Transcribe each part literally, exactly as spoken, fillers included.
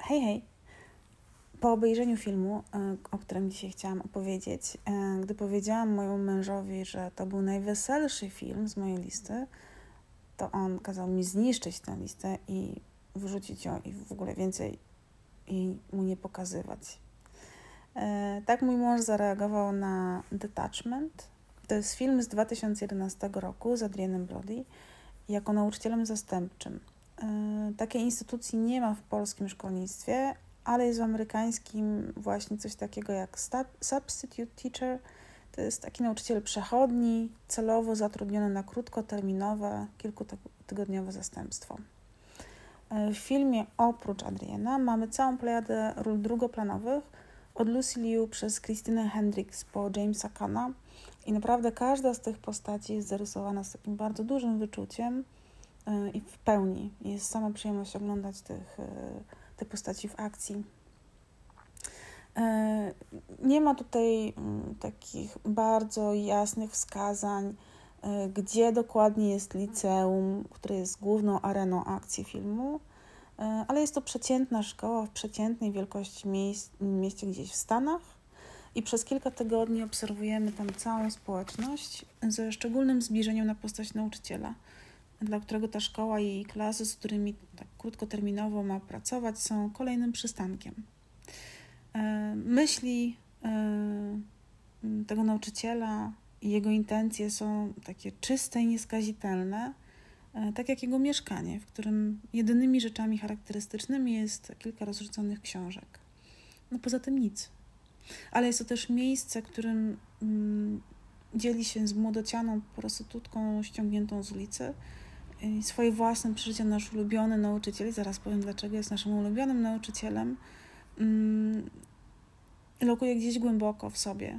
Hej, hej! Po obejrzeniu filmu, o którym dzisiaj chciałam opowiedzieć, gdy powiedziałam mojemu mężowi, że to był najweselszy film z mojej listy, to on kazał mi zniszczyć tę listę i wyrzucić ją i w ogóle więcej jej mu nie pokazywać. Tak mój mąż zareagował na Detachment. To jest film z dwa tysiące jedenastego roku z Adrienem Brody jako nauczycielem zastępczym. Takiej instytucji nie ma w polskim szkolnictwie, ale jest w amerykańskim właśnie coś takiego jak substitute teacher. To jest taki nauczyciel przechodni, celowo zatrudniony na krótkoterminowe, kilkutygodniowe zastępstwo. W filmie oprócz Adriena mamy całą plejadę ról drugoplanowych, od Lucy Liu przez Christinę Hendricks po Jamesa Caana i naprawdę każda z tych postaci jest zarysowana z takim bardzo dużym wyczuciem i w pełni. Jest sama przyjemność oglądać tych, te postaci w akcji. Nie ma tutaj takich bardzo jasnych wskazań, gdzie dokładnie jest liceum, które jest główną areną akcji filmu, ale jest to przeciętna szkoła w przeciętnej wielkości miejsc, mieście gdzieś w Stanach i przez kilka tygodni obserwujemy tam całą społeczność ze szczególnym zbliżeniem na postać nauczyciela, dla którego ta szkoła i jej klasy, z którymi tak krótkoterminowo ma pracować, są kolejnym przystankiem. Myśli tego nauczyciela i jego intencje są takie czyste i nieskazitelne, tak jak jego mieszkanie, w którym jedynymi rzeczami charakterystycznymi jest kilka rozrzuconych książek. No poza tym nic. Ale jest to też miejsce, którym mm, dzieli się z młodocianą prostytutką ściągniętą z ulicy i swoje własne przeżycia. Nasz ulubiony nauczyciel, zaraz powiem dlaczego jest naszym ulubionym nauczycielem, mm, lokuje gdzieś głęboko w sobie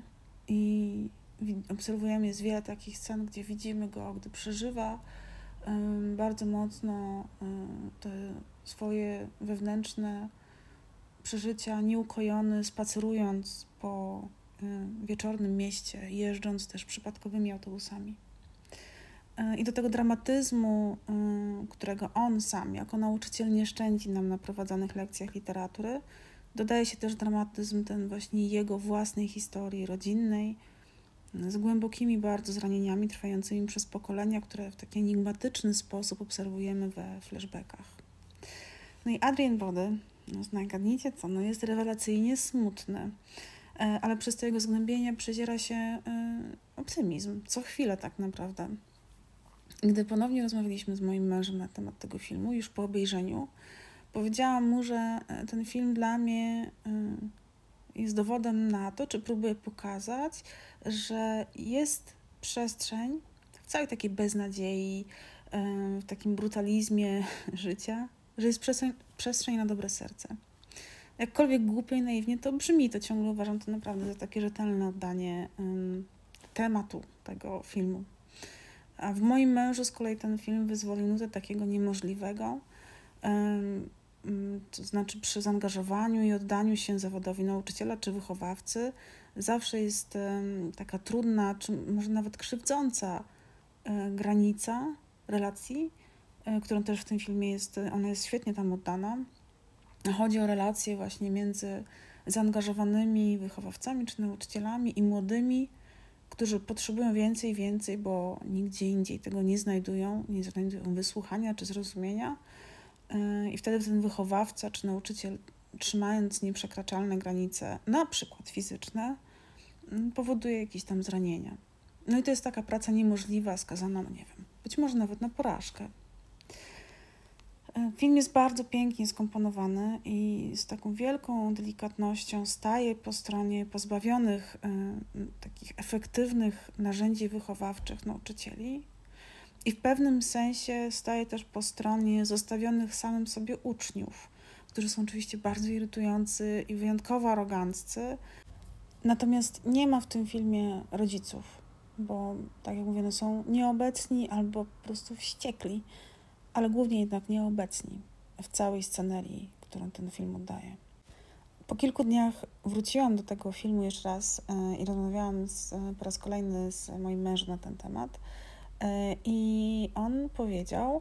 i obserwujemy jest wiele takich scen, gdzie widzimy go, gdy przeżywa um, bardzo mocno um, te swoje wewnętrzne przeżycia, nieukojony, spacerując po um, wieczornym mieście, jeżdżąc też przypadkowymi autobusami. Um, I do tego dramatyzmu, um, którego on sam jako nauczyciel nie szczędzi nam na prowadzonych lekcjach literatury, dodaje się też dramatyzm ten właśnie jego własnej historii rodzinnej, z głębokimi bardzo zranieniami trwającymi przez pokolenia, które w taki enigmatyczny sposób obserwujemy we flashbackach. No i Adrien Brody, no znagadnijcie co, no jest rewelacyjnie smutny, ale przez to jego zgnębienie przedziera się optymizm, co chwilę tak naprawdę. Gdy ponownie rozmawialiśmy z moim mężem na temat tego filmu, już po obejrzeniu, powiedziałam mu, że ten film dla mnie jest dowodem na to, czy próbuje pokazać, że jest przestrzeń w całej takiej beznadziei, w takim brutalizmie życia, że jest przestrzeń, przestrzeń na dobre serce. Jakkolwiek głupio i naiwnie to brzmi, to ciągle uważam to naprawdę za takie rzetelne oddanie um, tematu tego filmu. A w moim mężu z kolei ten film wyzwolił nutę takiego niemożliwego, um, to znaczy przy zaangażowaniu i oddaniu się zawodowi nauczyciela czy wychowawcy zawsze jest um, taka trudna, czy może nawet krzywdząca um, granica relacji, um, którą też w tym filmie jest, ona jest świetnie tam oddana. Chodzi o relacje właśnie między zaangażowanymi wychowawcami czy nauczycielami i młodymi, którzy potrzebują więcej i więcej, bo nigdzie indziej tego nie znajdują, nie znajdują wysłuchania czy zrozumienia. I wtedy ten wychowawca czy nauczyciel, trzymając nieprzekraczalne granice, na przykład fizyczne, powoduje jakieś tam zranienia. No i to jest taka praca niemożliwa, skazana, no nie wiem, być może nawet na porażkę. Film jest bardzo pięknie skomponowany i z taką wielką delikatnością staje po stronie pozbawionych y, takich efektywnych narzędzi wychowawczych nauczycieli i w pewnym sensie staje też po stronie zostawionych samym sobie uczniów, którzy są oczywiście bardzo irytujący i wyjątkowo aroganccy. Natomiast nie ma w tym filmie rodziców, bo tak jak mówię, no są nieobecni albo po prostu wściekli, ale głównie jednak nieobecni w całej scenerii, którą ten film oddaje. Po kilku dniach wróciłam do tego filmu jeszcze raz yy, i rozmawiałam z, po raz kolejny z moim mężem na ten temat. Yy, I on powiedział,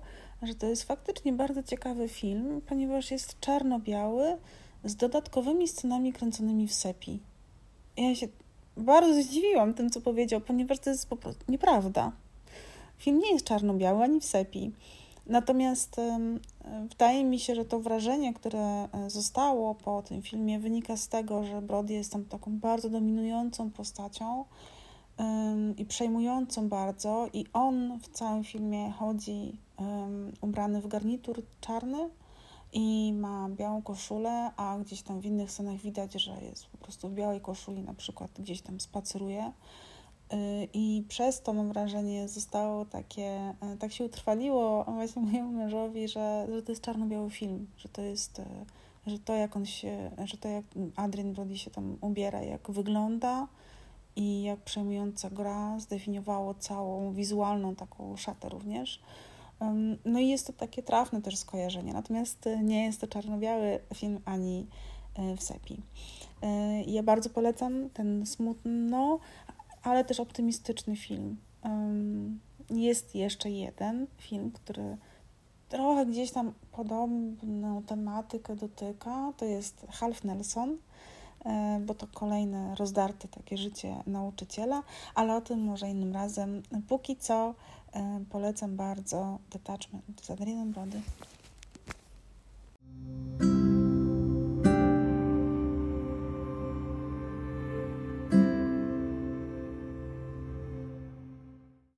że to jest faktycznie bardzo ciekawy film, ponieważ jest czarno-biały z dodatkowymi scenami kręconymi w sepi. Ja się bardzo zdziwiłam tym, co powiedział, ponieważ to jest po prostu nieprawda. Film nie jest czarno-biały ani w sepi. Natomiast um, wydaje mi się, że to wrażenie, które zostało po tym filmie, wynika z tego, że Brody jest tam taką bardzo dominującą postacią um, i przejmującą bardzo, i on w całym filmie chodzi um, ubrany w garnitur czarny i ma białą koszulę, a gdzieś tam w innych scenach widać, że jest po prostu w białej koszuli, na przykład gdzieś tam spaceruje. I przez to, mam wrażenie, zostało takie, tak się utrwaliło właśnie mojemu mężowi, że, że to jest czarno-biały film, że to jest, że to jak on się, że to jak Adrien Brody się tam ubiera, jak wygląda i jak przejmująco gra, zdefiniowało całą wizualną taką szatę również. No i jest to takie trafne też skojarzenie, natomiast nie jest to czarno-biały film ani w sepi. Ja bardzo polecam ten smutno, ale też optymistyczny film. Jest jeszcze jeden film, który trochę gdzieś tam podobną tematykę dotyka. To jest Half Nelson, bo to kolejne rozdarte takie życie nauczyciela, ale o tym może innym razem. Póki co polecam bardzo Detachment z Adrienem Brody.